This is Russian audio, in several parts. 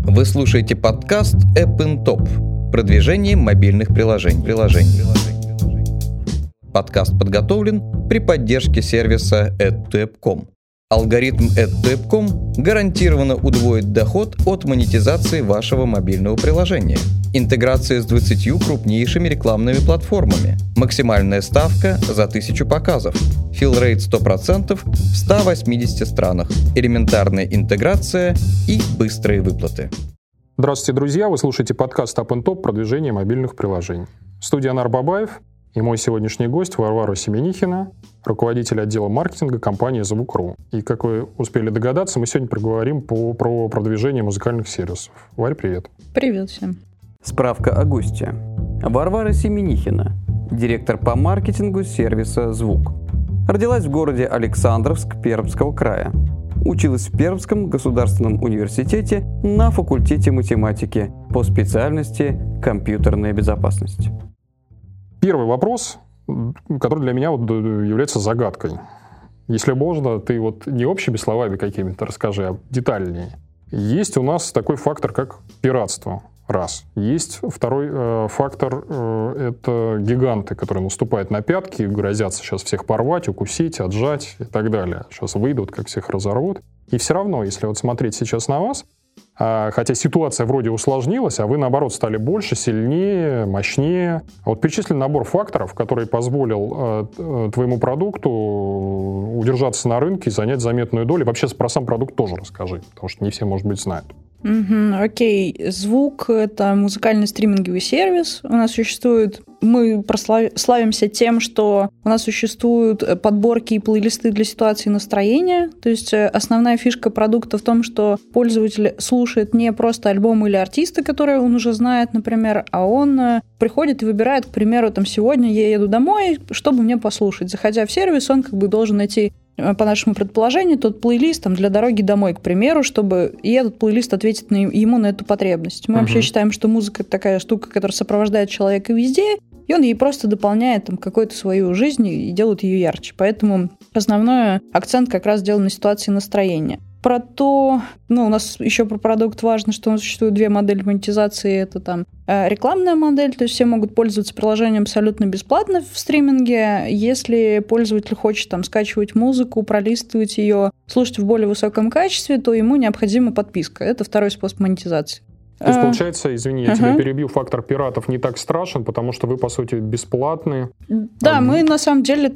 Вы слушаете подкаст App in Top. Продвижение мобильных приложений. Подкаст подготовлен при поддержке сервиса Add2App.com. Алгоритм Add2App.com гарантированно удвоит доход от монетизации вашего мобильного приложения. Интеграция с 20 крупнейшими рекламными платформами. Максимальная ставка за 1000 показов. Филл-рейт 100% в 180 странах. Элементарная интеграция и быстрые выплаты. Здравствуйте, друзья! Вы слушаете подкаст App in Top «Продвижение мобильных приложений». В студии Анар Бабаев и мой сегодняшний гость Варвара Семенихина, руководитель отдела маркетинга компании Звук.ру. И, как вы успели догадаться, мы сегодня поговорим про продвижение музыкальных сервисов. Варь, привет! Привет всем! Справка о госте. Варвара Семенихина, директор по маркетингу сервиса «Звук». Родилась в городе Александровск Пермского края. Училась в Пермском государственном университете на факультете математики по специальности «Компьютерная безопасность». Первый вопрос, который для меня является загадкой. Если можно, ты не общими словами какими-то расскажи, а детальнее. Есть у нас такой фактор, как пиратство. Раз. Есть второй фактор, это гиганты, которые наступают на пятки, грозятся сейчас всех порвать, укусить, отжать и так далее. Сейчас выйдут, как всех разорвут. И все равно, если смотреть сейчас на вас, хотя ситуация вроде усложнилась, а вы, наоборот, стали больше, сильнее, мощнее. А перечислен набор факторов, который позволил твоему продукту удержаться на рынке и занять заметную долю. Вообще про сам продукт тоже расскажи, потому что не все, может быть, знают. Окей. Звук — это музыкальный стриминговый сервис. У нас существует... Мы славимся тем, что у нас существуют подборки и плейлисты для ситуации настроения. То есть основная фишка продукта в том, что пользователь слушает не просто альбом или артиста, который он уже знает, например, а он приходит и выбирает, к примеру, сегодня я еду домой, чтобы мне послушать. Заходя в сервис, он должен найти, по нашему предположению, тот плейлист для дороги домой, к примеру, чтобы и этот плейлист ответит ему на эту потребность. Мы вообще считаем, что музыка — это такая штука, которая сопровождает человека везде, и он ей просто дополняет какую-то свою жизнь и делает ее ярче. Поэтому основной акцент как раз сделан на ситуации настроения. Про то, у нас еще про продукт важно, что у нас существует две модели монетизации. Это рекламная модель, то есть все могут пользоваться приложением абсолютно бесплатно в стриминге. Если пользователь хочет скачивать музыку, пролистывать ее, слушать в более высоком качестве, то ему необходима подписка. Это второй способ монетизации. То есть, получается, извини, я тебя перебью, фактор пиратов не так страшен, потому что вы, по сути, бесплатные. Да, мы на самом деле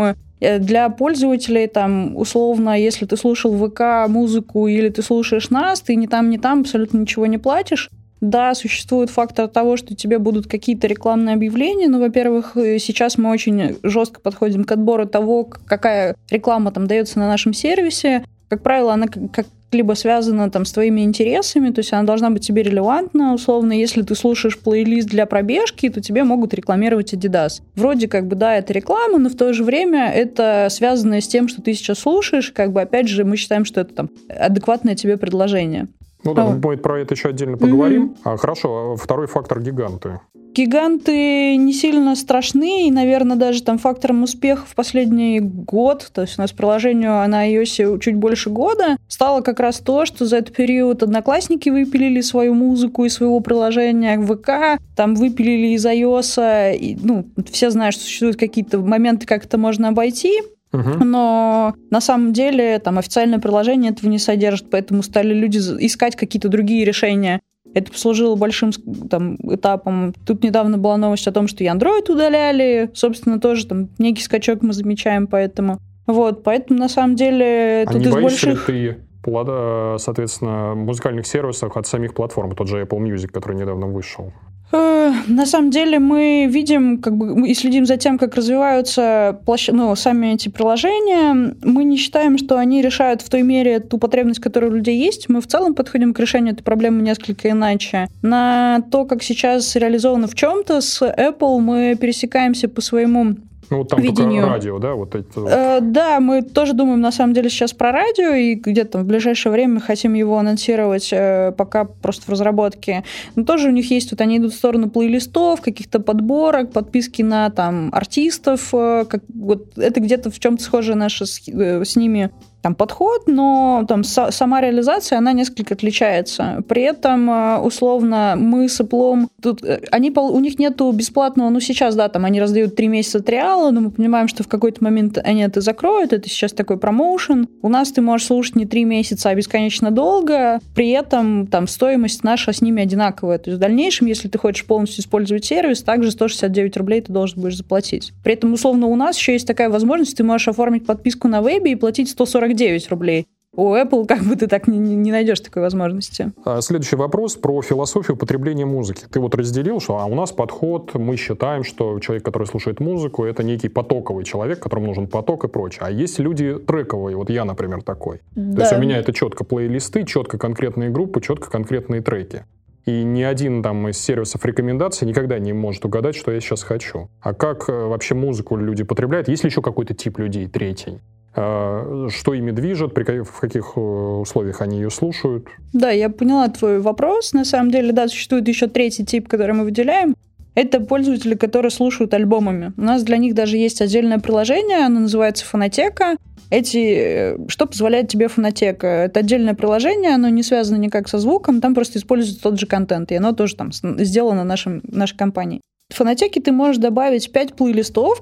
для пользователей, условно, если ты слушал ВК музыку или ты слушаешь нас, ты ни там абсолютно ничего не платишь. Да, существует фактор того, что тебе будут какие-то рекламные объявления, но, во-первых, сейчас мы очень жестко подходим к отбору того, какая реклама дается на нашем сервисе. Как правило, она как-либо связана с твоими интересами, то есть она должна быть тебе релевантна. Условно, если ты слушаешь плейлист для пробежки, то тебе могут рекламировать Adidas. Вроде да, это реклама, но в то же время это связано с тем, что ты сейчас слушаешь. Опять же, мы считаем, что это адекватное тебе предложение. Мы про это еще отдельно поговорим. Хорошо, второй фактор — гиганты. Гиганты не сильно страшны, и, наверное, даже фактором успеха в последний год, то есть у нас приложению на iOS чуть больше года, стало как раз то, что за этот период Одноклассники выпилили свою музыку из своего приложения, ВК выпилили из iOS, и, все знают, что существуют какие-то моменты, как это можно обойти. Но на самом деле официальное приложение этого не содержит, поэтому стали люди искать какие-то другие решения. Это послужило большим этапом. Тут недавно была новость о том, что и Android удаляли. Собственно, тоже некий скачок мы замечаем, поэтому на самом деле тут из больших... Ли ты, соответственно, музыкальных сервисов от самих платформ, тот же Apple Music, который недавно вышел? На самом деле мы видим и следим за тем, как развиваются сами эти приложения. Мы не считаем, что они решают в той мере ту потребность, которая у людей есть. Мы в целом подходим к решению этой проблемы несколько иначе. На то, как сейчас реализовано в чем-то, с Apple мы пересекаемся по своему видению. Только радио, да? Да, мы тоже думаем, на самом деле, сейчас про радио, и где-то в ближайшее время хотим его анонсировать, пока просто в разработке. Но тоже у них есть, они идут в сторону плейлистов, каких-то подборок, подписки на артистов. Это где-то в чем-то схоже наше с ними там подход, но там сама реализация, она несколько отличается. При этом, условно, мы с Apple, у них нету бесплатного, ну сейчас, да, там они раздают 3 месяца триала, но мы понимаем, что в какой-то момент они это закроют, это сейчас такой промоушен. У нас ты можешь слушать не 3 месяца, а бесконечно долго, при этом там стоимость наша с ними одинаковая. То есть в дальнейшем, если ты хочешь полностью использовать сервис, также 169 рублей ты должен будешь заплатить. При этом, условно, у нас еще есть такая возможность, ты можешь оформить подписку на вебе и платить 149 рублей. У Apple как бы ты так не найдешь такой возможности. Следующий вопрос про философию потребления музыки. Ты вот разделил, что у нас подход, мы считаем, что человек, который слушает музыку, это некий потоковый человек, которому нужен поток и прочее. А есть люди трековые, вот я, например, такой. Да. То есть у меня это четко плейлисты, четко конкретные группы, четко конкретные треки. И ни один там из сервисов рекомендаций никогда не может угадать, что я сейчас хочу. А как вообще музыку люди потребляют? Есть ли еще какой-то тип людей, третий? Что ими движет, в каких условиях они ее слушают? Да, я поняла твой вопрос. На самом деле, да, существует еще третий тип, который мы выделяем. Это пользователи, которые слушают альбомами. У нас для них даже есть отдельное приложение, оно называется «Фонотека». Что позволяет тебе Фонотека? Это отдельное приложение, оно не связано никак со звуком, там просто используется тот же контент, и оно тоже там сделано нашей компанией. В Фонотеке ты можешь добавить 5 плейлистов,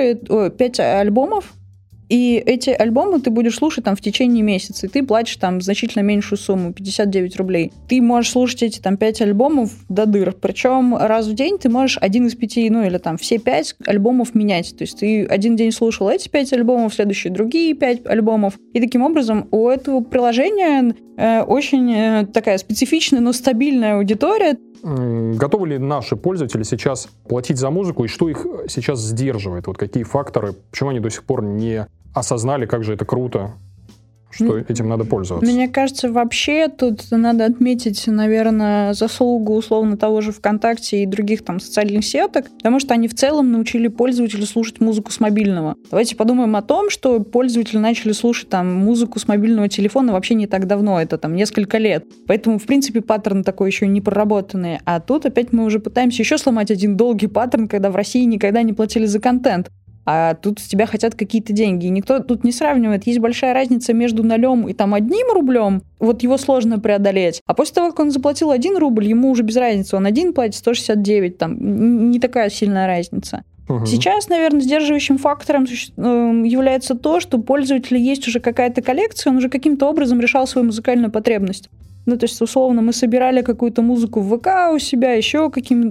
5 альбомов, и эти альбомы ты будешь слушать там в течение месяца, и ты платишь там значительно меньшую сумму, 59 рублей. Ты можешь слушать эти там 5 альбомов до дыр, причем раз в день ты можешь один из 5, или там все 5 альбомов менять. То есть ты один день слушал эти 5 альбомов, в следующий другие 5 альбомов. И таким образом у этого приложения очень такая специфичная, но стабильная аудитория. Готовы ли наши пользователи сейчас платить за музыку, и что их сейчас сдерживает? Вот какие факторы, почему они до сих пор не осознали, как же это круто, что этим надо пользоваться? Мне кажется, вообще тут надо отметить, наверное, заслугу условно того же ВКонтакте и других там социальных сеток, потому что они в целом научили пользователя слушать музыку с мобильного. Давайте подумаем о том, что пользователи начали слушать там музыку с мобильного телефона вообще не так давно, это там несколько лет. Поэтому, в принципе, паттерн такой еще не проработанный. А тут опять мы уже пытаемся еще сломать один долгий паттерн, когда в России никогда не платили за контент. А тут с тебя хотят какие-то деньги. И никто тут не сравнивает. Есть большая разница между 0 и там 1 рублем. Вот его сложно преодолеть. А после того, как он заплатил 1 рубль, ему уже без разницы. Он 1 платит, 169. Там не такая сильная разница. Угу. Сейчас, наверное, сдерживающим фактором является то, что у пользователя есть уже какая-то коллекция, он уже каким-то образом решал свою музыкальную потребность. То есть, условно, мы собирали какую-то музыку в ВК у себя, еще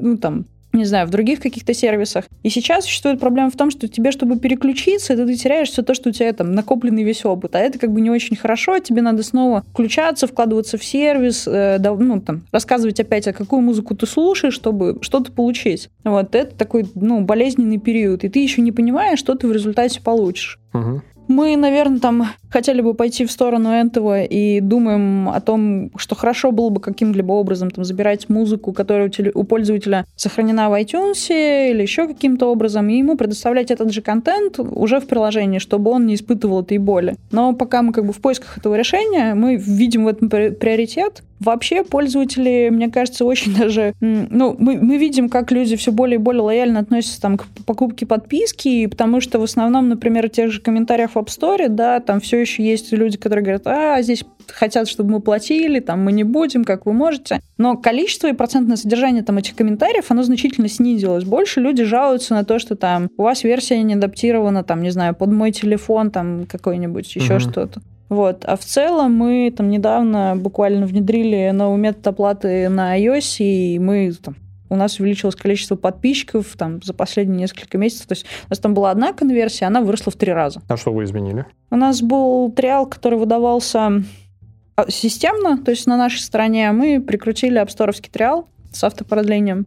не знаю, в других каких-то сервисах. И сейчас существует проблема в том, что тебе, чтобы переключиться, ты теряешь все то, что у тебя там накопленный весь опыт. А это как бы не очень хорошо, тебе надо снова включаться, вкладываться в сервис, рассказывать опять, а какую музыку ты слушаешь, чтобы что-то получить. Вот это такой, болезненный период. И ты еще не понимаешь, что ты в результате получишь. Угу. Мы, наверное, хотели бы пойти в сторону этого и думаем о том, что хорошо было бы каким-либо образом забирать музыку, которая у пользователя сохранена в iTunes или еще каким-то образом, и ему предоставлять этот же контент уже в приложении, чтобы он не испытывал этой боли. Но пока мы в поисках этого решения, мы видим в этом приоритет. Вообще пользователи, мне кажется, очень даже... мы видим, как люди все более и более лояльно относятся к покупке подписки, потому что в основном, например, в тех же комментариях в App Store, да, там все еще есть люди, которые говорят, здесь хотят, чтобы мы платили, мы не будем, как вы можете. Но количество и процентное содержание этих комментариев, оно значительно снизилось. Больше люди жалуются на то, что у вас версия не адаптирована, не знаю, под мой телефон, какой-нибудь, еще что-то. Вот. А в целом мы недавно буквально внедрили новый метод оплаты на iOS, и у нас увеличилось количество подписчиков за последние несколько месяцев. То есть у нас там была одна конверсия, она выросла в 3 раза. А что вы изменили? У нас был триал, который выдавался системно, то есть на нашей стороне мы прикрутили апсторовский триал с автопродлением.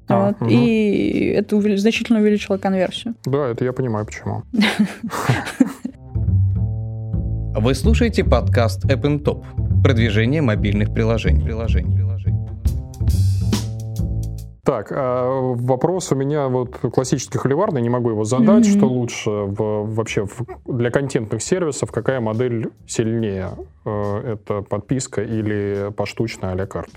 И это значительно увеличило конверсию. Да, это я понимаю, почему. Вы слушаете подкаст App and Top. Продвижение мобильных приложений. Так, вопрос у меня классический холиварный, не могу его задать. Что лучше вообще для контентных сервисов, какая модель сильнее? Это подписка или поштучная а-ля карт?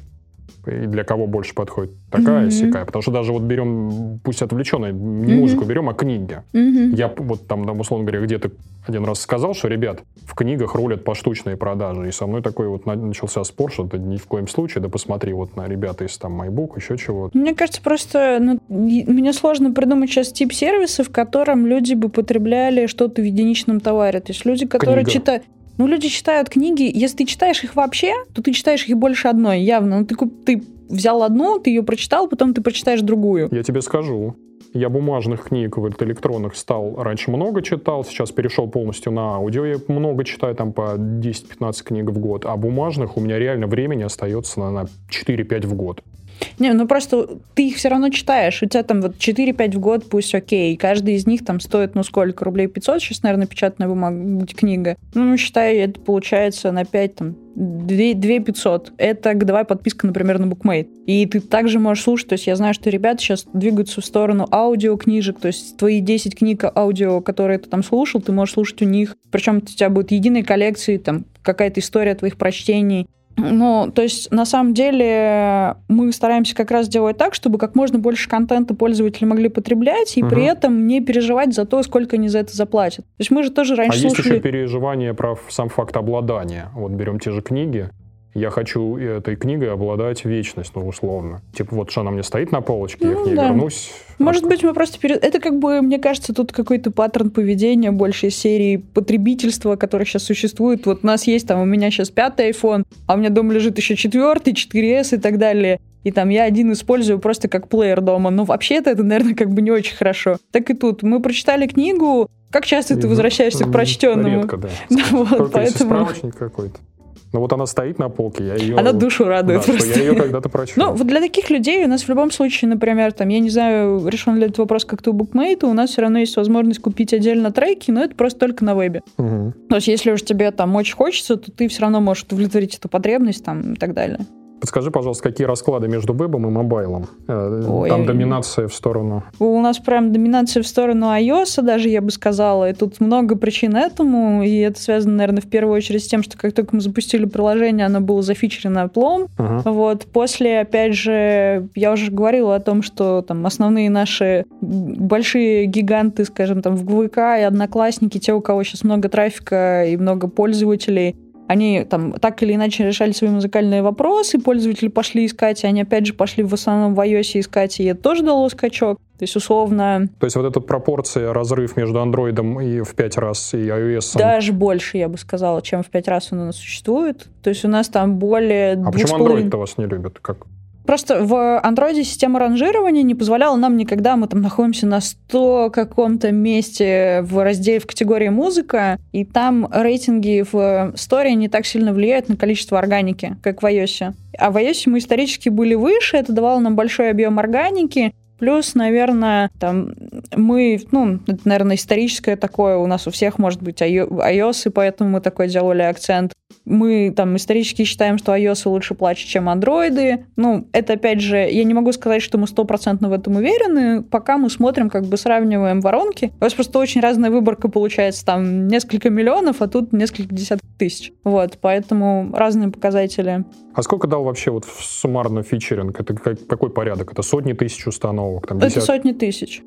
и для кого больше подходит такая, сякая. Потому что даже вот берем, пусть отвлеченную, не музыку берем, а книги. Я вот там, условно говоря, где-то один раз сказал, что, ребят, в книгах рулят поштучные продажи. И со мной такой вот начался спор, что ни в коем случае, да посмотри вот на ребята из там MyBook, еще чего-то. Мне кажется, просто мне сложно придумать сейчас тип сервиса, в котором люди бы потребляли что-то в единичном товаре. То есть люди, которые читают... Ну, люди читают книги, если ты читаешь их вообще, то ты читаешь их больше одной, явно. Ну, ты взял одну, ты ее прочитал, потом ты прочитаешь другую. Я тебе скажу. Я бумажных книг, вот, электронных раньше много читал, сейчас перешел полностью на аудио. Я много читаю, там по 10-15 книг в год, а бумажных у меня реально времени остается на 4-5 в год. Не, ну просто ты их все равно читаешь. У тебя там вот 4-5 в год, пусть окей. Каждый из них там стоит, ну сколько, рублей 500? Сейчас, наверное, печатная бумага, книга. Ну, считай, это получается на 5, там, 2 500. Это годовая подписка, например, на BookMate. И ты также можешь слушать. То есть я знаю, что ребята сейчас двигаются в сторону аудиокнижек. То есть твои 10 книг аудио, которые ты там слушал, ты можешь слушать у них. Причем у тебя будет единой коллекции, там, какая-то история твоих прочтений. Ну, то есть, на самом деле, мы стараемся как раз делать так, чтобы как можно больше контента пользователи могли потреблять, и при этом не переживать за то, сколько они за это заплатят. То есть мы же тоже раньше слушали... есть еще переживание про сам факт обладания. Вот берем те же книги. Я хочу этой книгой обладать вечность, ну, условно. Типа, вот что она мне стоит на полочке, я к ней вернусь. Может быть, мы просто... Это как бы, мне кажется, тут какой-то паттерн поведения больше из серии потребительства, который сейчас существует. Вот у нас есть там, у меня сейчас 5-й iPhone, а у меня дома лежит еще 4-й, 4S и так далее. И там я один использую просто как плеер дома. Но вообще-то это, наверное, как бы не очень хорошо. Так и тут. Мы прочитали книгу. Как часто ты возвращаешься к прочтенному? Редко, да. Вот, поэтому... если справочник какой-то. Ну вот она стоит на полке, я ее... Она душу радует, да, просто. Я ее когда-то прочел. Ну, вот для таких людей у нас в любом случае, например, там, я не знаю, решен ли этот вопрос как-то у BookMate, у нас все равно есть возможность купить отдельно треки, но это просто только на вебе. То есть если уж тебе там очень хочется, то ты все равно можешь удовлетворить эту потребность там, и так далее. Подскажи, пожалуйста, какие расклады между вебом и мобайлом? Там доминация в сторону... У нас прям доминация в сторону iOS, даже я бы сказала. И тут много причин этому. И это связано, наверное, в первую очередь с тем, что как только мы запустили приложение, оно было зафичерено Apple. Вот. После, опять же, я уже говорила о том, что там основные наши большие гиганты, скажем, там в ГВК и Одноклассники, те, у кого сейчас много трафика и много пользователей, они там так или иначе решали свои музыкальные вопросы, пользователи пошли искать, и они опять же пошли в основном в iOS искать, и это тоже дало скачок. То есть, условно... То есть, вот эта пропорция, разрыв между андроидом и в 5 раз и iOS... Даже больше, я бы сказала, чем в 5 раз он у нас существует. То есть, у нас там более... А почему андроид-то вас не любят? Как? Просто в андроиде система ранжирования не позволяла нам никогда, мы там находимся на 100 каком-то месте в разделе в категории музыка, и там рейтинги в сторе не так сильно влияют на количество органики, как в iOS. А в iOS мы исторически были выше, это давало нам большой объем органики. Плюс, наверное, там мы, ну, это, наверное, историческое такое, у нас у всех может быть iOS, и поэтому мы такой делали акцент. Мы там исторически считаем, что iOS лучше плачут, чем андроиды. Ну, это, опять же, я не могу сказать, что мы 100% в этом уверены, пока мы смотрим, как бы сравниваем воронки. У вас просто очень разная выборка получается, там несколько миллионов, а тут несколько десятков тысяч. Вот, поэтому разные показатели. А сколько дал вообще вот суммарно фичеринг? Это какой порядок? Это сотни тысяч установок? Там, это сотни тысяч.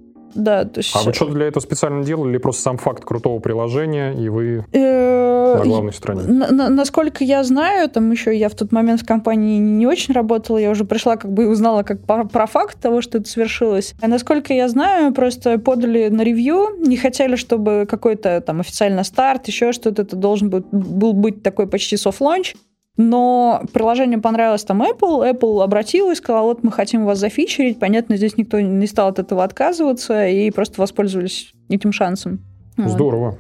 Да, то есть... А вы что-то для этого специально делали или просто сам факт крутого приложения, и вы на главной стране? Насколько я знаю, там еще я в тот момент в компании не очень работала, я уже пришла как бы и узнала как про факт того, что это свершилось. А насколько я знаю, просто подали на ревью, не хотели, чтобы какой-то там официальный старт, еще что-то, это должен был быть такой почти софт-лонч. Но приложение понравилось там Apple обратилась, сказала, вот мы хотим вас зафичерить. Понятно, здесь никто не стал от этого отказываться и просто воспользовались этим шансом. Здорово.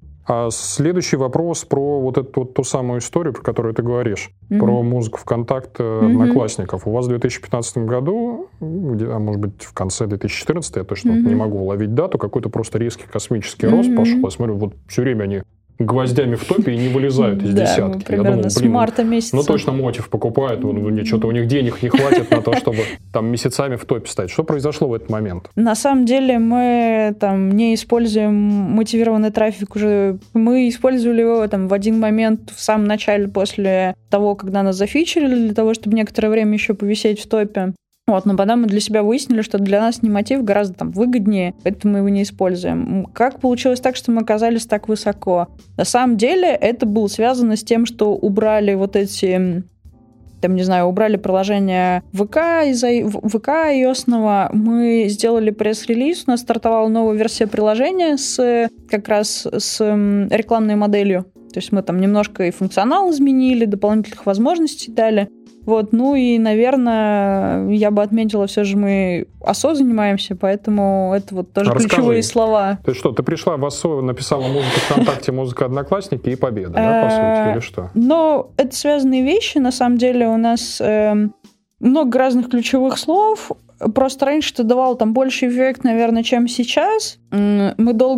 А следующий вопрос про вот эту вот ту самую историю, про которую ты говоришь, про музыку ВКонтакте Одноклассников. У вас в 2015 году, а может быть в конце 2014, я точно не могу уловить дату, какой-то просто резкий космический рост пошел. Я смотрю, вот все время они гвоздями в топе и не вылезают из десятки. Примерно Я думал, с марта месяца. Ну точно мотив покупают, что-то у них денег не хватит на то, чтобы там месяцами в топе стать. Что произошло в этот момент? На самом деле мы там не используем мотивированный трафик уже. Мы использовали его там в один момент в самом начале, после того, когда нас зафичерили, для того, чтобы некоторое время еще повисеть в топе. Вот, но потом мы для себя выяснили, что для нас не мотив гораздо там выгоднее, поэтому мы его не используем. Как получилось так, что мы оказались так высоко? На самом деле это было связано с тем, что убрали вот эти, там, не знаю, убрали приложение ВК из-за ВК iOS-ного. Мы сделали пресс-релиз, у нас стартовала новая версия приложения как раз с рекламной моделью. То есть мы там немножко и функционал изменили, дополнительных возможностей дали. Вот, ну и, наверное, я бы отметила, все же мы ОСО занимаемся, поэтому это вот тоже ключевые слова. То есть что, ты пришла в ОСО, написала музыку ВКонтакте, музыка Одноклассники и победа, да, по сути, или что? Но это связанные вещи, на самом деле у нас много разных ключевых слов. Просто раньше это давало там больше эффект, наверное, чем сейчас. Для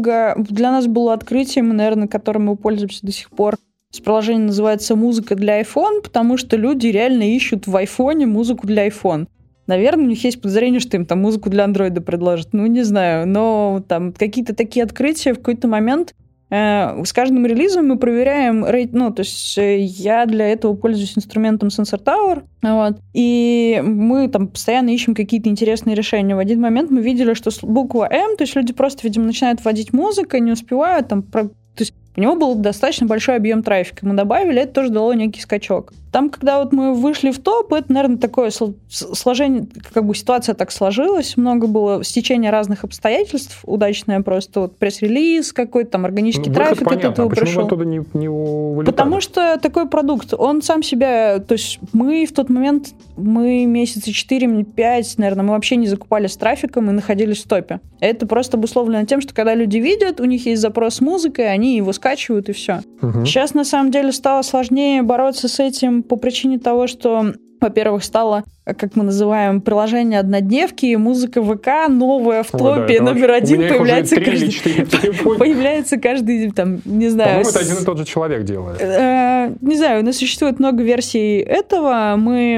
нас было открытием, наверное, которым мы пользуемся до сих пор. Приложение называется «Музыка для iPhone», потому что люди реально ищут в айфоне музыку для iPhone. Наверное, у них есть подозрение, что им там музыку для Android предложат. Ну, не знаю, но там какие-то такие открытия в какой-то момент. С каждым релизом мы проверяем рейт, то есть я для этого пользуюсь инструментом Sensor Tower, вот, и мы там постоянно ищем какие-то интересные решения. В один момент мы видели, что буква М, то есть люди просто, видимо, начинают вводить музыку, не успевают там, то есть у него был достаточно большой объем трафика. Мы добавили, это тоже дало некий скачок. Там, когда вот мы вышли в топ, это, наверное, такое сложение, как бы ситуация так сложилась, много было стечения разных обстоятельств, удачное просто вот пресс-релиз какой-то, там органический трафик от этого пришел. Почему вы оттуда не вылетали? Потому что такой продукт, он сам себя, то есть мы в тот момент, месяца 4-5, наверное, мы вообще не закупались трафиком и находились в топе. Это просто обусловлено тем, что когда люди видят, у них есть запрос с музыкой, они его скачивают и все. Угу. Сейчас, на самом деле, стало сложнее бороться с этим по причине того, что, во-первых, стало, как мы называем, приложение однодневки, музыка ВК новая в топе, номер один появляется каждый, там, не знаю... По-моему, это один и тот же человек делает. Не знаю, у нас существует много версий этого.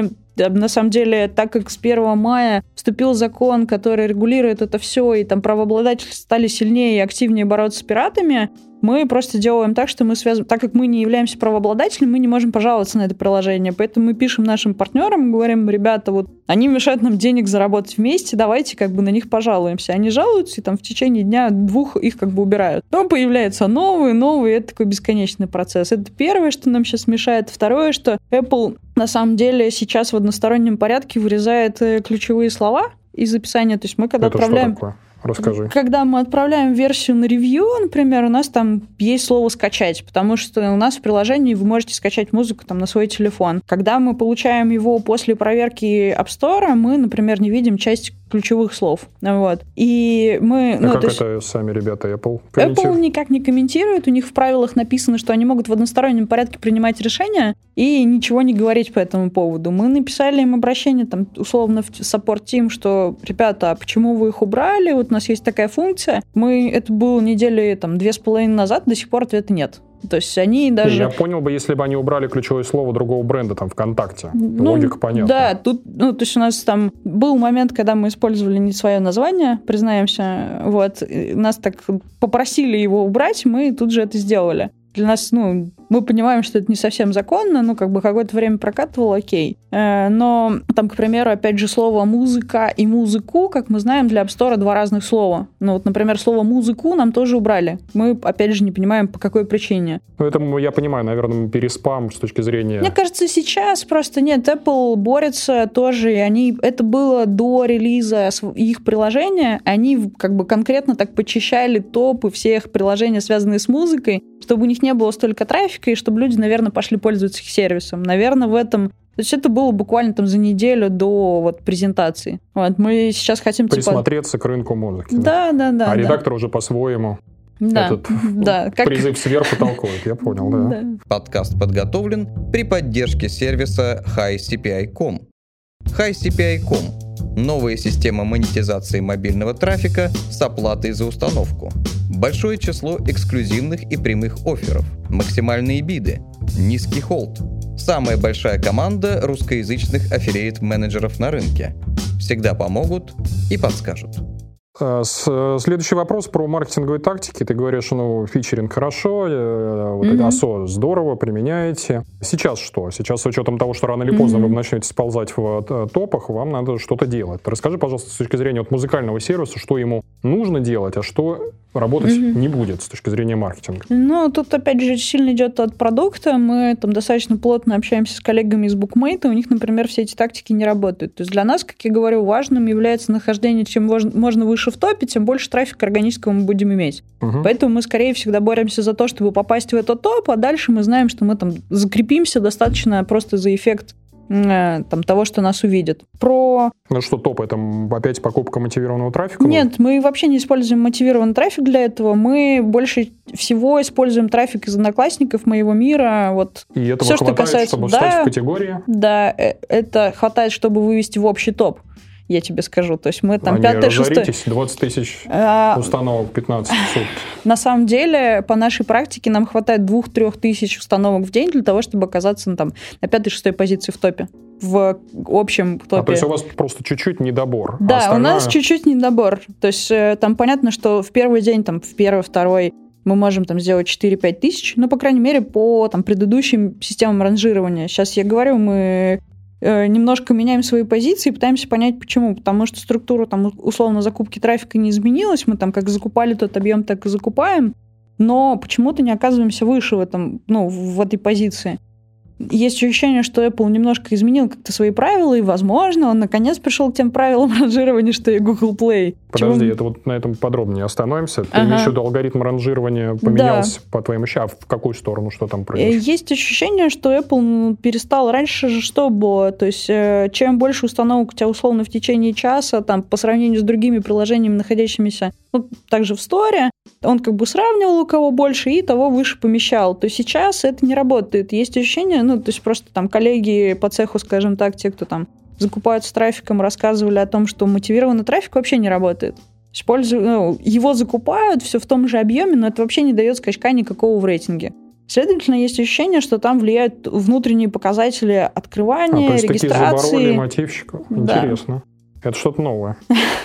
На самом деле, так как с 1 мая вступил закон, который регулирует это все, и там правообладатели стали сильнее и активнее бороться с пиратами, мы просто делаем так, что так как мы не являемся правообладателем, мы не можем пожаловаться на это приложение. Поэтому мы пишем нашим партнерам и говорим: ребята, вот они мешают нам денег заработать вместе, давайте как бы на них пожалуемся. Они жалуются, и там в течение дня-двух их как бы убирают. Но появляются новые, это такой бесконечный процесс. Это первое, что нам сейчас мешает. Второе, что Apple на самом деле сейчас в одностороннем порядке вырезает ключевые слова из описания. То есть мы когда отправляем... Что такое? Расскажи. Когда мы отправляем версию на ревью, например, у нас там есть слово «скачать», потому что у нас в приложении вы можете скачать музыку там на свой телефон. Когда мы получаем его после проверки App Store, мы, например, не видим часть ключевых слов. Вот. И мы... как это сами ребята Apple комментируют? Apple никак не комментирует. У них в правилах написано, что они могут в одностороннем порядке принимать решения и ничего не говорить по этому поводу. Мы написали им обращение, там, условно, в Support Team, что, ребята, а почему вы их убрали? Вот у нас есть такая функция. Это было недели, там, 2,5 назад, до сих пор ответа нет. То есть они даже... Я понял бы, если бы они убрали ключевое слово другого бренда, там, ВКонтакте. Логика понятна. Да, тут, то есть у нас там был момент, когда мы использовали не свое название, признаемся, вот, и нас так попросили его убрать, мы тут же это сделали. Для нас, мы понимаем, что это не совсем законно, как бы какое-то время прокатывало, окей. Но там, к примеру, опять же, слово «музыка» и «музыку», как мы знаем, для App Store 2 разных слова. Например, слово «музыку» нам тоже убрали. Мы, опять же, не понимаем, по какой причине. Это, я понимаю, наверное, переспам с точки зрения... Мне кажется, сейчас просто нет. Apple борется тоже, и это было до релиза их приложения. Они как бы конкретно так почищали топы всех приложений, связанные с музыкой, чтобы у них не было столько трафика, и чтобы люди, наверное, пошли пользоваться их сервисом. Наверное, в этом... То есть это было буквально там за неделю до презентации. Вот, мы сейчас хотим... Присмотреться к рынку музыки. Да. А редактор уже по-своему этот призыв сверху толкует. Я понял, да. Подкаст подготовлен при поддержке сервиса HiCPI.com. HiCPI.com – новая система монетизации мобильного трафика с оплатой за установку. большое число эксклюзивных и прямых офферов, максимальные биды, низкий холд, самая большая команда русскоязычных аффилиейт-менеджеров на рынке. Всегда помогут и подскажут. Следующий вопрос про маркетинговые тактики. Ты говоришь, фичеринг хорошо, ASO здорово, применяете. Сейчас что? Сейчас с учетом того, что рано или поздно вы начнете сползать в топах, вам надо что-то делать. Расскажи, пожалуйста, с точки зрения музыкального сервиса, что ему нужно делать, а что работать не будет с точки зрения маркетинга. Тут опять же сильно идет от продукта. Мы там достаточно плотно общаемся с коллегами из Bookmate, у них, например, все эти тактики не работают. То есть для нас, как я говорю, важным является нахождение, чем можно выше в топе, тем больше трафика органического мы будем иметь. Поэтому мы скорее всегда боремся за то, чтобы попасть в этот топ, а дальше мы знаем, что мы там закрепимся достаточно просто за эффект того, что нас увидят. Что топ? Это опять покупка мотивированного трафика? Нет, мы вообще не используем мотивированный трафик для этого. Мы больше всего используем трафик из одноклассников, моего мира. И этого все, хватает, что касается, чтобы встать в категории? Да, это хватает, чтобы вывести в общий топ, я тебе скажу. То есть мы там 5-6... 20 тысяч установок, 15 в сутки. На самом деле, по нашей практике, нам хватает 2-3 тысяч установок в день для того, чтобы оказаться на 5-6 позиции в топе. В общем топе. То есть у вас просто чуть-чуть недобор? Да, остальное... у нас чуть-чуть недобор. То есть там понятно, что в первый день, в первый, второй мы можем сделать 4-5 тысяч, по крайней мере, по предыдущим системам ранжирования. Сейчас я говорю, мы немножко меняем свои позиции и пытаемся понять, почему. Потому что структура условно закупки трафика не изменилась. Мы как закупали тот объем, так и закупаем. Но почему-то не оказываемся выше в этой позиции. Есть ощущение, что Apple немножко изменил как-то свои правила, и, возможно, он наконец пришел к тем правилам ранжирования, что и Google Play. Подожди, это на этом подробнее остановимся. Ты имеешь в виду, алгоритм ранжирования поменялся, по твоему ощущениям? А в какую сторону? Что там произошло? Есть ощущение, что Apple перестал. Раньше же что было? То есть, чем больше установок у тебя условно в течение часа, по сравнению с другими приложениями, находящимися также в сторе, он сравнивал, у кого больше, и того выше помещал. То сейчас это не работает. Есть ощущение, то есть просто коллеги по цеху, скажем так, те, кто закупают с трафиком, рассказывали о том, что мотивированный трафик вообще не работает. Его закупают все в том же объеме, но это вообще не дает скачка никакого в рейтинге. Следовательно, есть ощущение, что там влияют внутренние показатели открывания, то есть регистрации. Такие забороли мотивщиков. Интересно. Да. Это что-то новое.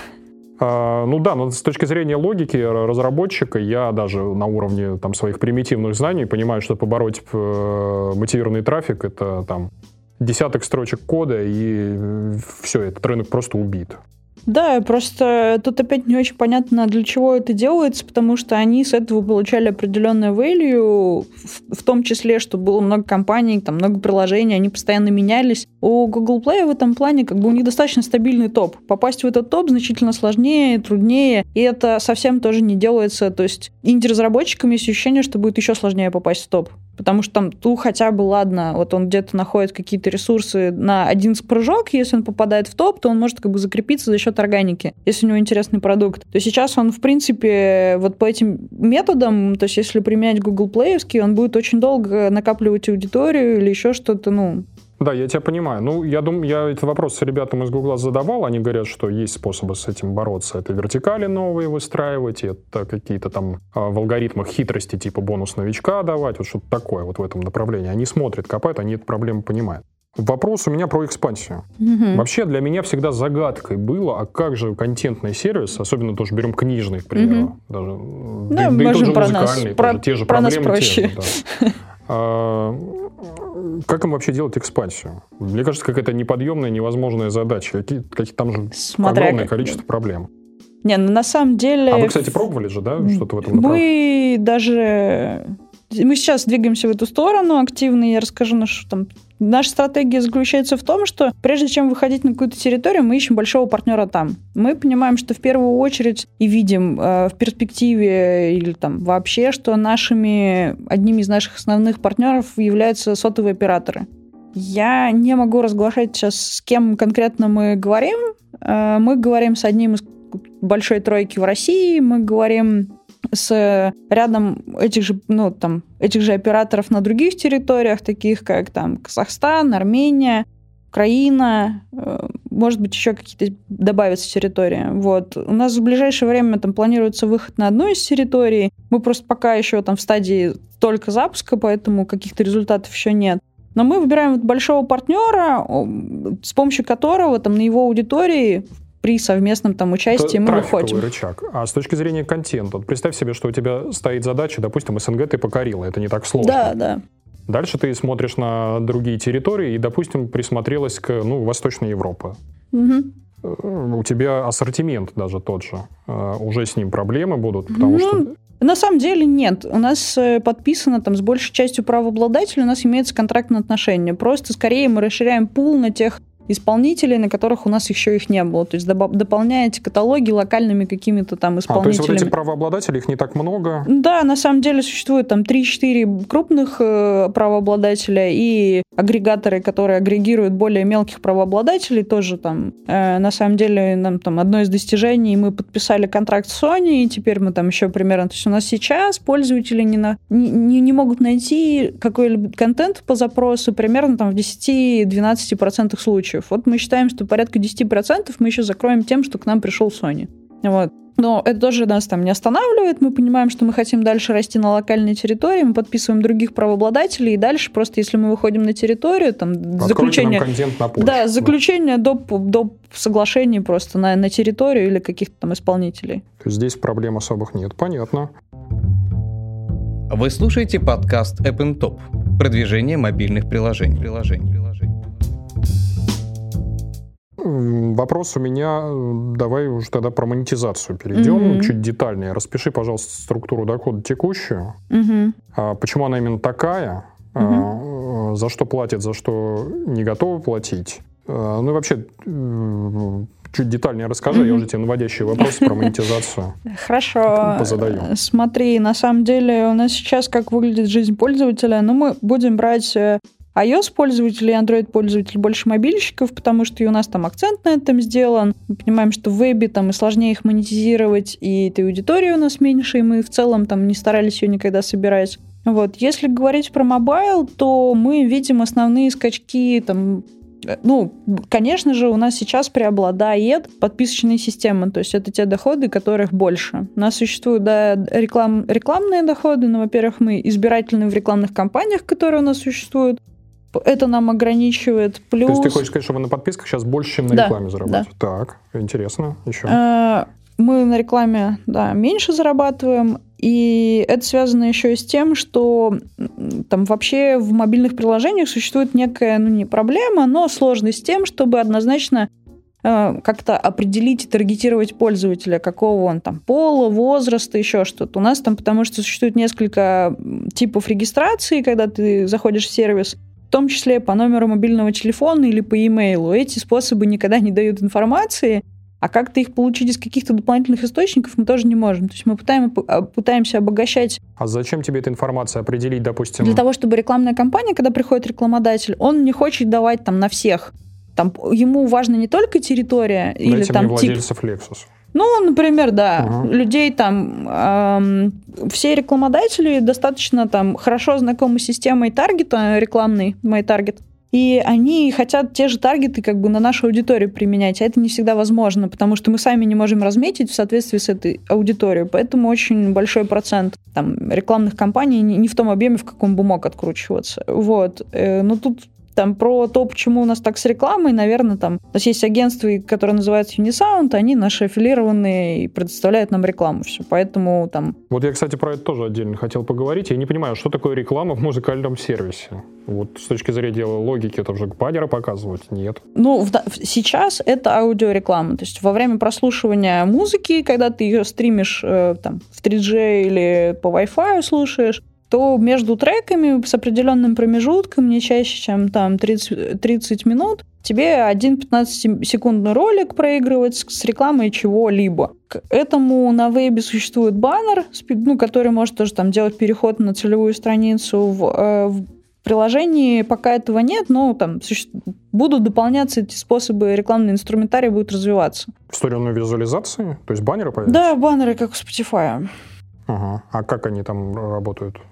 Но с точки зрения логики разработчика, я даже на уровне своих примитивных знаний понимаю, что побороть мотивированный трафик — это десяток строчек кода, и все, этот рынок просто убит. Да, просто тут опять не очень понятно, для чего это делается, потому что они с этого получали определенное value, в том числе, что было много компаний, много приложений, они постоянно менялись. У Google Play в этом плане у них достаточно стабильный топ. Попасть в этот топ значительно сложнее, труднее, и это совсем тоже не делается. То есть инди-разработчикам есть ощущение, что будет еще сложнее попасть в топ. Потому что хотя бы, ладно, он где-то находит какие-то ресурсы на один прыжок, если он попадает в топ, то он может закрепиться за счет органики, если у него интересный продукт. То сейчас он, в принципе, по этим методам, то есть если применять Google Play-овский, он будет очень долго накапливать аудиторию или еще что-то, Да, я тебя понимаю. Я думаю, я этот вопрос ребятам из Гугла задавал, они говорят, что есть способы с этим бороться. Это вертикали новые выстраивать, это какие-то в алгоритмах хитрости типа бонус новичка давать, что-то такое в этом направлении. Они смотрят, копают, они эту проблему понимают. Вопрос у меня про экспансию. Вообще для меня всегда загадкой было, а как же контентный сервис, особенно тоже берем книжный, к примеру, даже, да и тот же музыкальный, тоже те же проблемы, те же, да. Как им вообще делать экспансию? Мне кажется, какая-то неподъемная, невозможная задача. Какие там же огромное количество проблем. На самом деле... А вы, кстати, пробовали же, да, что-то в этом направлении? Мы сейчас двигаемся в эту сторону активно. Я расскажу, что наша стратегия заключается в том, что прежде чем выходить на какую-то территорию, мы ищем большого партнера там. Мы понимаем, что в первую очередь и видим в перспективе или вообще, что одними из наших основных партнеров являются сотовые операторы. Я не могу разглашать сейчас, с кем конкретно мы говорим. Мы говорим с одним из большой тройки в России, мы говорим с рядом этих же операторов на других территориях, таких как Казахстан, Армения, Украина, может быть, еще какие-то добавятся территории. Вот. У нас в ближайшее время там планируется выход на одну из территорий. Мы просто пока еще там в стадии только запуска, поэтому каких-то результатов еще нет. Но мы выбираем большого партнера, с помощью которого там на его аудитории при совместном там участии мы выходим. Рычаг. А с точки зрения контента, представь себе, что у тебя стоит задача, допустим, СНГ ты покорила, это не так сложно. Да, да. Дальше ты смотришь на другие территории и, допустим, присмотрелась к Восточной Европе. У тебя ассортимент даже тот же. Уже с ним проблемы будут, потому что... На самом деле нет. У нас подписано там с большей частью правообладателей, у нас имеется контрактное отношение. Просто скорее мы расширяем пул на тех исполнителей, на которых у нас еще их не было. То есть дополняете каталоги локальными какими-то там исполнителями. То есть вот эти правообладатели, их не так много? Да, на самом деле существует там 3-4 крупных правообладателя и агрегаторы, которые агрегируют более мелких правообладателей, тоже там, на самом деле, нам там одно из достижений, мы подписали контракт с Sony, и теперь мы там еще примерно, то есть у нас сейчас пользователи не могут найти какой-либо контент по запросу примерно там в 10-12% случаев. Вот мы считаем, что порядка 10% мы еще закроем тем, что к нам пришел Sony. Вот. Но это тоже нас там не останавливает. Мы понимаем, что мы хотим дальше расти на локальной территории, мы подписываем других правообладателей, и дальше просто, если мы выходим на территорию, там заключение... контент на почту. Да, заключение доп. Соглашений просто на территорию или каких-то там исполнителей. То есть здесь проблем особых нет. Понятно. Вы слушаете подкаст App & Top. Продвижение мобильных приложений. Вопрос у меня, давай уже тогда про монетизацию перейдем, чуть детальнее. Распиши, пожалуйста, структуру дохода текущую. Почему она именно такая? За что платят, за что не готовы платить? Ну и вообще, чуть детальнее расскажи, я уже тебе наводящие вопросы про монетизацию позадаю. Смотри, на самом деле у нас сейчас как выглядит жизнь пользователя, мы будем брать... iOS-пользователей, Android-пользователей больше мобильщиков, потому что и у нас там акцент на этом сделан. Мы понимаем, что в вебе там и сложнее их монетизировать, и этой аудитории у нас меньше, и мы в целом там не старались ее никогда собирать. Вот. Если говорить про мобайл, то мы видим основные скачки там... конечно же, у нас сейчас преобладает подписочная система, то есть это те доходы, которых больше. У нас существуют рекламные доходы, но, во-первых, мы избирательны в рекламных кампаниях, которые у нас существуют. Это нам ограничивает. Плюс... То есть ты хочешь сказать, что вы на подписках сейчас больше, чем на рекламе зарабатываете? Да. Так, интересно. Еще? Мы на рекламе, меньше зарабатываем. И это связано еще и с тем, что там вообще в мобильных приложениях существует некая, не проблема, но сложность с тем, чтобы однозначно как-то определить и таргетировать пользователя, какого он там пола, возраста, еще что-то. У нас там, потому что существует несколько типов регистрации, когда ты заходишь в сервис, в том числе по номеру мобильного телефона или по e-mail. Эти способы никогда не дают информации, а как-то их получить из каких-то дополнительных источников мы тоже не можем. То есть мы пытаемся обогащать. А зачем тебе эта информация определить, допустим? Для того, чтобы рекламная кампания, когда приходит рекламодатель, он не хочет давать там на всех. Там, ему важна не только территория или там тип. Владельцев Lexus. Например, людей там, все рекламодатели достаточно там хорошо знакомы с системой таргета рекламной, MyTarget, и они хотят те же таргеты как бы на нашу аудиторию применять, а это не всегда возможно, потому что мы сами не можем разметить в соответствии с этой аудиторией, поэтому очень большой процент там рекламных кампаний не в том объеме, в каком бы мог откручиваться. Вот. Но тут там про то, почему у нас так с рекламой, наверное, там у нас есть агентство, которое называется Unisound, они наши аффилированные и предоставляют нам рекламу все, поэтому там... Вот я, кстати, про это тоже отдельно хотел поговорить. Я не понимаю, что такое реклама в музыкальном сервисе? Вот с точки зрения логики, это уже баннеры показывать? Нет. Сейчас это аудиореклама, то есть во время прослушивания музыки, когда ты ее стримишь там в 3G или по Wi-Fi слушаешь, то между треками с определенным промежутком, не чаще, чем там 30 минут, тебе один 15-секундный ролик проигрывать с рекламой чего-либо. К этому на вебе существует баннер, который может тоже там делать переход на целевую страницу. В приложении пока этого нет, но там будут дополняться эти способы, рекламный инструментарий будет развиваться. В сторону визуализации? То есть баннеры появятся? Да, баннеры, как у Spotify. Ага. А как они там работают?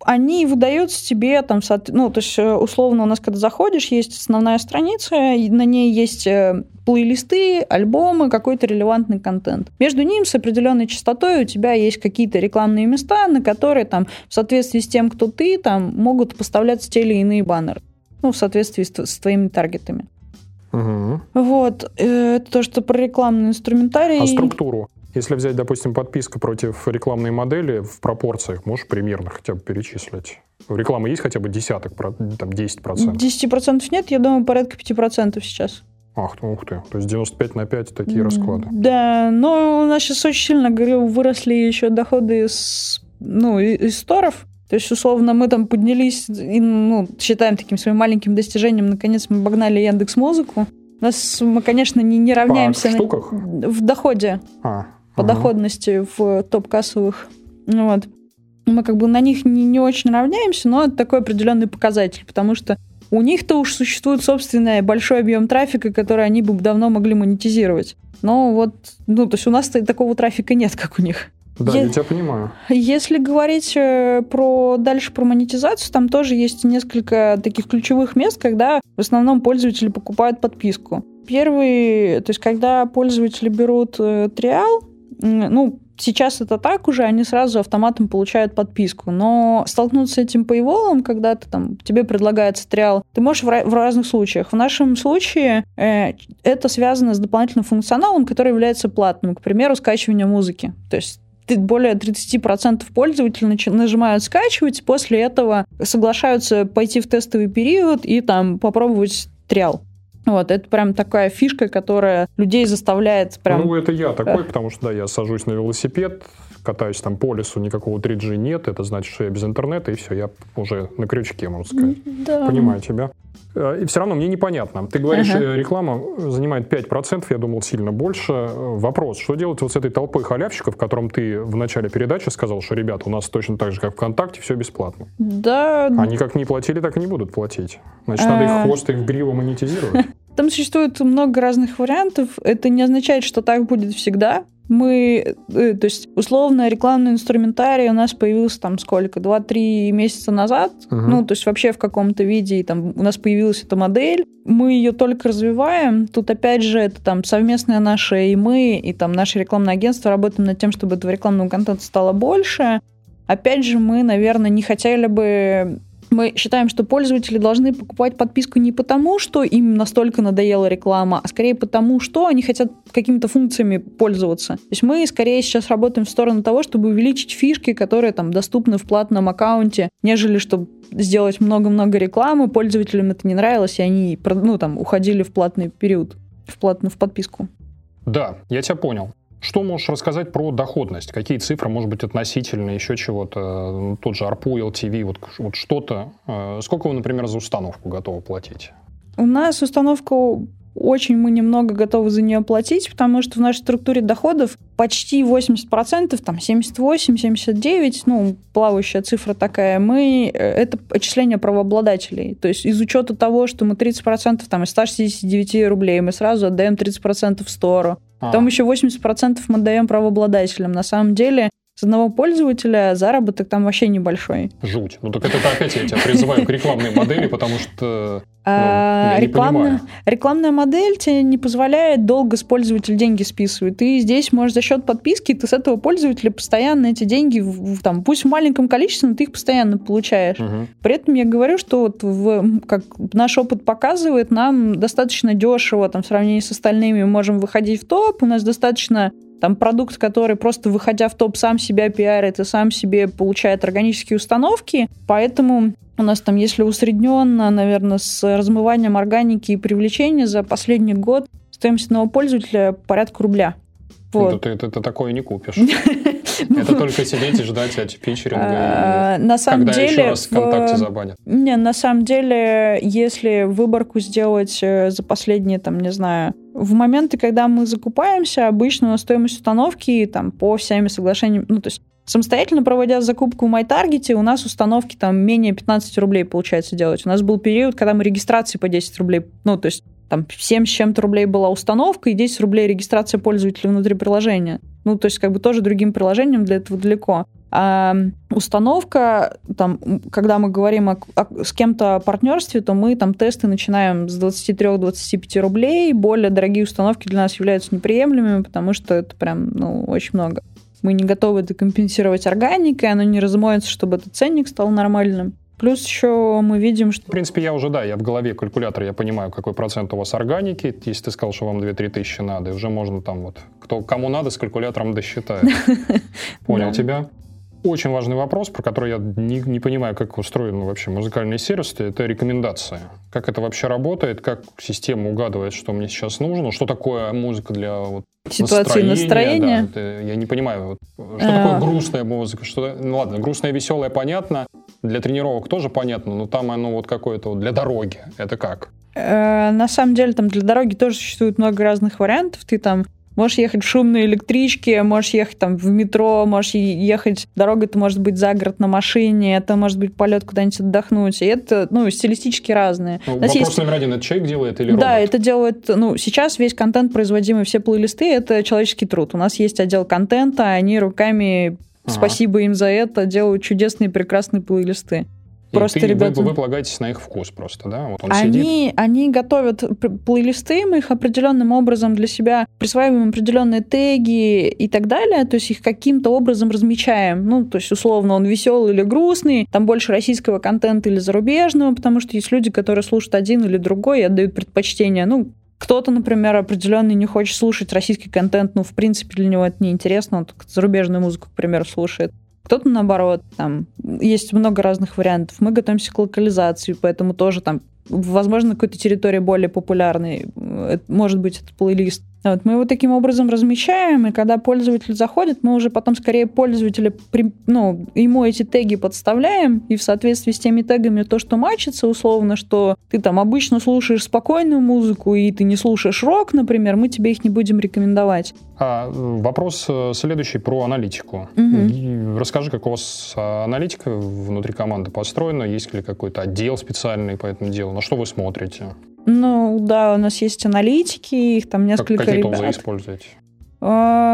они выдаются тебе там, ну, то есть, условно, у нас, когда заходишь, есть основная страница, на ней есть плейлисты, альбомы, какой-то релевантный контент. Между ним с определенной частотой у тебя есть какие-то рекламные места, на которые там в соответствии с тем, кто ты, там могут поставляться те или иные баннеры. Ну, в соответствии с твоими таргетами. Угу. Вот. Это то, что про рекламный инструментарий. А структуру? Если взять, допустим, подписка против рекламной модели в пропорциях, можешь примерно хотя бы перечислить? У рекламы есть хотя бы десяток, там 10%? 10% нет, я думаю, порядка 5% сейчас. Ах, ух ты, то есть 95 на 5 такие расклады. Да, но у нас сейчас очень сильно, говорю, выросли еще доходы из сторов. То есть, условно, мы там поднялись и, считаем таким своим маленьким достижением, наконец мы обогнали Яндекс.Музыку. Мы, конечно, не равняемся в доходе, по доходности в топ-кассовых. Вот. Мы как бы на них не очень равняемся, но это такой определенный показатель, потому что у них-то уж существует собственный большой объем трафика, который они бы давно могли монетизировать. Но вот, то есть у нас-то такого трафика нет, как у них. Да, я тебя понимаю. Если говорить дальше про монетизацию, там тоже есть несколько таких ключевых мест, когда в основном пользователи покупают подписку. Первый, то есть когда пользователи берут триал, сейчас это так уже, они сразу автоматом получают подписку. Но столкнуться с этим paywall, когда тебе предлагается триал, ты можешь в разных случаях. В нашем случае это связано с дополнительным функционалом, который является платным. К примеру, скачивание музыки. То есть более 30% пользователей нажимают скачивать, после этого соглашаются пойти в тестовый период и там попробовать триал. Вот, это прям такая фишка, которая людей заставляет прям... это я такой, потому что, да, я сажусь на велосипед, катаюсь там по лесу, никакого 3G нет, это значит, что я без интернета, и все, я уже на крючке, можно сказать. Да. Понимаю тебя. И все равно мне непонятно. Ты говоришь, реклама занимает 5%, я думал, сильно больше. Вопрос, что делать вот с этой толпой халявщиков, которым ты в начале передачи сказал, что, ребята, у нас точно так же, как ВКонтакте, все бесплатно. Да. Они как не платили, так и не будут платить. Значит, надо их хвост и их гриву монетизировать. Там существует много разных вариантов. Это не означает, что так будет всегда. То есть, условно, рекламный инструментарий у нас появился там сколько? 2-3 месяца назад. То есть вообще в каком-то виде. И там у нас появилась эта модель. Мы ее только развиваем. Тут, опять же, это там совместное наше и мы, и там наше рекламное агентство работаем над тем, чтобы этого рекламного контента стало больше. Опять же, мы, наверное, не хотели бы... Мы считаем, что пользователи должны покупать подписку не потому, что им настолько надоела реклама, а скорее потому, что они хотят какими-то функциями пользоваться. То есть мы скорее сейчас работаем в сторону того, чтобы увеличить фишки, которые там доступны в платном аккаунте, нежели чтобы сделать много-много рекламы. Пользователям это не нравилось, и они уходили в платный период, в подписку. Да, я тебя понял. Что можешь рассказать про доходность? Какие цифры, может быть, относительно еще чего-то? Тот же ARPU, LTV, вот что-то. Сколько вы, например, за установку готовы платить? У нас установку мы немного готовы за нее платить, потому что в нашей структуре доходов почти 80%, там 78-79%, плавающая цифра такая, это отчисление правообладателей. То есть из учета того, что мы 30% там, из 169 рублей мы сразу отдаем 30% в стору. Потом еще 80% мы отдаем правообладателям. На самом деле с одного пользователя заработок там вообще небольшой. Жуть. Так это опять я тебя призываю к рекламной модели, потому что я не понимаю. Рекламная модель тебе не позволяет долго с пользователя деньги списывать. Ты здесь можешь за счет подписки, ты с этого пользователя постоянно эти деньги, пусть в маленьком количестве, но ты их постоянно получаешь. При этом я говорю, что как наш опыт показывает, нам достаточно дешево в сравнении с остальными мы можем выходить в топ, у нас достаточно продукт, который просто, выходя в топ, сам себя пиарит и сам себе получает органические установки. Поэтому у нас если усредненно, наверное, с размыванием органики и привлечения за последний год стоимость одного пользователя порядка рубля. Вот. Ты такое не купишь. Это только сидеть и ждать от фичеринга, когда еще раз ВКонтакте забанят. Не, на самом деле, если выборку сделать за последние, в моменты, когда мы закупаемся, обычно стоимость установки по всеми соглашениям, то есть самостоятельно проводя закупку в MyTarget, у нас установки менее 15 рублей получается делать. У нас был период, когда мы регистрации по 10 рублей, то есть 7 с чем-то рублей была установка и 10 рублей регистрация пользователя внутри приложения. То есть тоже другим приложением для этого далеко. А установка, там, когда мы говорим с кем-то о партнерстве, то мы там тесты начинаем с 23-25 рублей. Более дорогие установки для нас являются неприемлемыми, потому что это прям, очень много. Мы не готовы это компенсировать органикой, оно не размоется, чтобы этот ценник стал нормальным. Плюс еще мы видим, что... В принципе, я в голове калькулятор, я понимаю, какой процент у вас органики. Если ты сказал, что вам 2-3 тысячи надо, и уже можно там кому надо, с калькулятором досчитает. Понял тебя. Очень важный вопрос, про который я не понимаю, как устроены вообще музыкальные сервисы, это рекомендация. Как это вообще работает, как система угадывает, что мне сейчас нужно, что такое музыка для ситуации настроения. Да, я не понимаю, что такое грустная музыка. Ладно, грустная, веселая, понятно. Для тренировок тоже понятно, но там оно какое-то для дороги. Это как? На самом деле там для дороги тоже существует много разных вариантов. Ты там можешь ехать в шумной электричке, можешь ехать там в метро, можешь ехать... Дорога это может быть за город на машине, это может быть полет куда-нибудь отдохнуть. И это, стилистически разные. Вопрос номер один, это человек делает или робот? Да, это делает... сейчас весь контент, производимый, все плейлисты, это человеческий труд. У нас есть отдел контента, они руками, спасибо им за это, делают чудесные, прекрасные плейлисты. Просто ребята... Вы полагаетесь на их вкус просто, да? Вот он сидит. Они готовят плейлисты, мы их определенным образом для себя присваиваем определенные теги и так далее, то есть их каким-то образом размечаем. То есть, условно, он веселый или грустный, там больше российского контента или зарубежного, потому что есть люди, которые слушают один или другой и отдают предпочтение. Кто-то, например, определенный не хочет слушать российский контент, в принципе, для него это неинтересно, он только зарубежную музыку, к примеру, слушает. Кто-то, наоборот, там есть много разных вариантов. Мы готовимся к локализации, поэтому тоже там, возможно, на какой-то территории более популярной может быть этот плейлист. Мы его таким образом размещаем, и когда пользователь заходит, мы уже потом скорее пользователя, ему эти теги подставляем, и в соответствии с теми тегами то, что матчится, условно, что ты там обычно слушаешь спокойную музыку, и ты не слушаешь рок, например, мы тебе их не будем рекомендовать. Вопрос следующий про аналитику. Угу. Расскажи, как у вас аналитика внутри команды построена, есть ли какой-то отдел специальный по этому делу, на что вы смотрите? Да, у нас есть аналитики, их там несколько ребят. Какие тулзы используете? У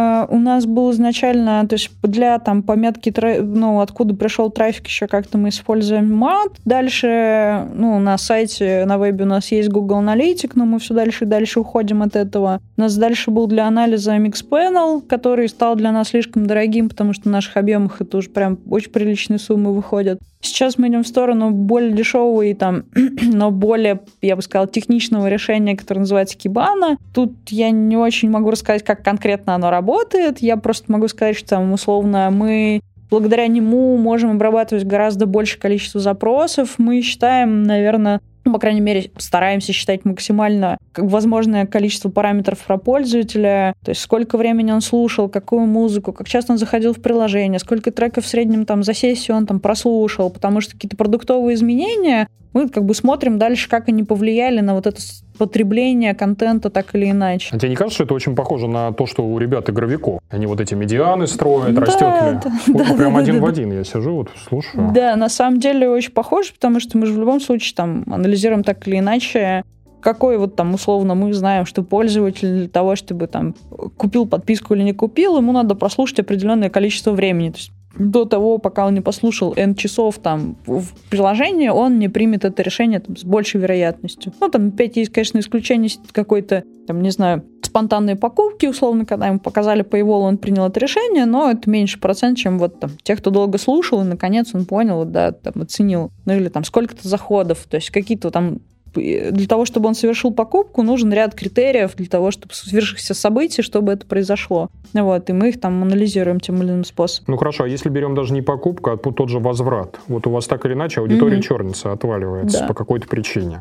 нас был изначально, то есть для пометки, откуда пришел трафик, еще как-то мы используем мат. Дальше, на сайте, на вебе у нас есть Google Analytics, но мы все дальше и дальше уходим от этого. У нас дальше был для анализа Mixpanel, который стал для нас слишком дорогим, потому что в наших объемах это уже прям очень приличные суммы выходят. Сейчас мы идем в сторону более дешевого и но более, я бы сказала, техничного решения, которое называется Kibana. Тут я не очень могу рассказать, как конкретно оно работает. Я просто могу сказать, что условно мы благодаря нему можем обрабатывать гораздо большее количество запросов. Мы считаем, наверное, по крайней мере, стараемся считать максимально возможное количество параметров про пользователя, то есть сколько времени он слушал, какую музыку, как часто он заходил в приложение, сколько треков в среднем за сессию он прослушал, потому что какие-то продуктовые изменения мы смотрим дальше, как они повлияли на это потребление контента так или иначе. А тебе не кажется, что это очень похоже на то, что у ребят игровиков? Они эти медианы строят, растет ли? Прям один в один. Я сижу, слушаю. Да, на самом деле очень похоже, потому что мы же в любом случае анализируем так или иначе, какой условно мы знаем, что пользователь для того, чтобы купил подписку или не купил, ему надо прослушать определенное количество времени. То есть до того, пока он не послушал N часов в приложении, он не примет это решение с большей вероятностью. Опять есть, конечно, исключение какой-то, спонтанные покупки, условно, когда ему показали Paywall, он принял это решение, но это меньше процент, чем тех, кто долго слушал, и, наконец, он понял, оценил. Или сколько-то заходов, то есть какие-то для того, чтобы он совершил покупку, нужен ряд критериев для того, чтобы свершихся событий, чтобы это произошло. И мы их анализируем тем или иным способом. Хорошо, а если берем даже не покупку, а тот же возврат? У вас так или иначе аудитория чернится, отваливается по какой-то причине.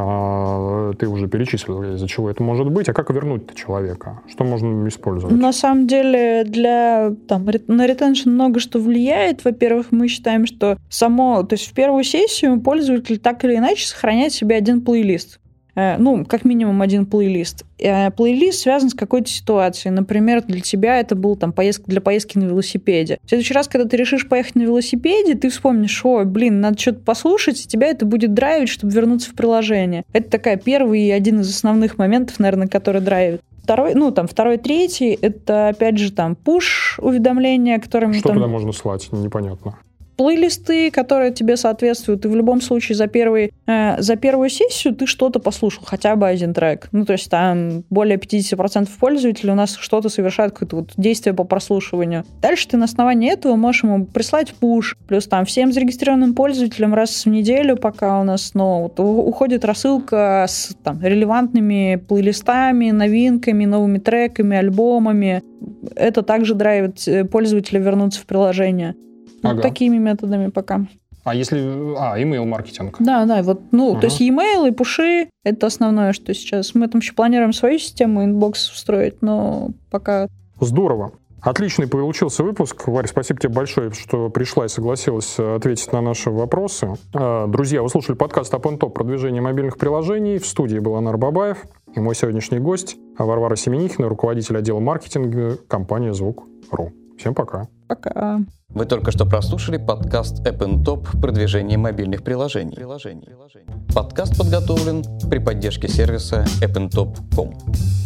Ты уже перечислил, из-за чего это может быть. А как вернуть человека? Что можно использовать? На самом деле на ретеншн много что влияет. Во-первых, мы считаем, что то есть в первую сессию пользователь так или иначе сохраняет себе один плейлист. Как минимум один плейлист. Плейлист связан с какой-то ситуацией. Например, для тебя это был поездка для поездки на велосипеде. В следующий раз, когда ты решишь поехать на велосипеде, ты вспомнишь, надо что-то послушать, и тебя это будет драйвить, чтобы вернуться в приложение. Это первый и один из основных моментов, наверное, который драйвит. второй, третий, это, опять же, там, push-уведомления, которыми... Что туда можно слать? Непонятно. Плейлисты, которые тебе соответствуют, и в любом случае за первую сессию ты что-то послушал, хотя бы один трек. То есть там более 50% пользователей у нас что-то совершают, какое-то действие по прослушиванию. Дальше ты на основании этого можешь ему прислать пуш. Плюс там всем зарегистрированным пользователям раз в неделю, пока у нас уходит рассылка с релевантными плейлистами, новинками, новыми треками, альбомами. Это также драйвит пользователя вернуться в приложение. Такими методами пока. А если... email-маркетинг. Да, то есть e-mail и пуши — это основное, что сейчас. Мы там еще планируем свою систему инбокс встроить, но пока... Здорово. Отличный получился выпуск. Варя, спасибо тебе большое, что пришла и согласилась ответить на наши вопросы. Друзья, вы слушали подкаст Up and Top «Продвижение мобильных приложений». В студии был Анар Бабаев и мой сегодняшний гость Варвара Семенихина, руководитель отдела маркетинга компании «Звук.ру». Всем пока. Пока. Вы только что прослушали подкаст App and Top «Продвижение мобильных приложений». Подкаст подготовлен при поддержке сервиса appntop.com.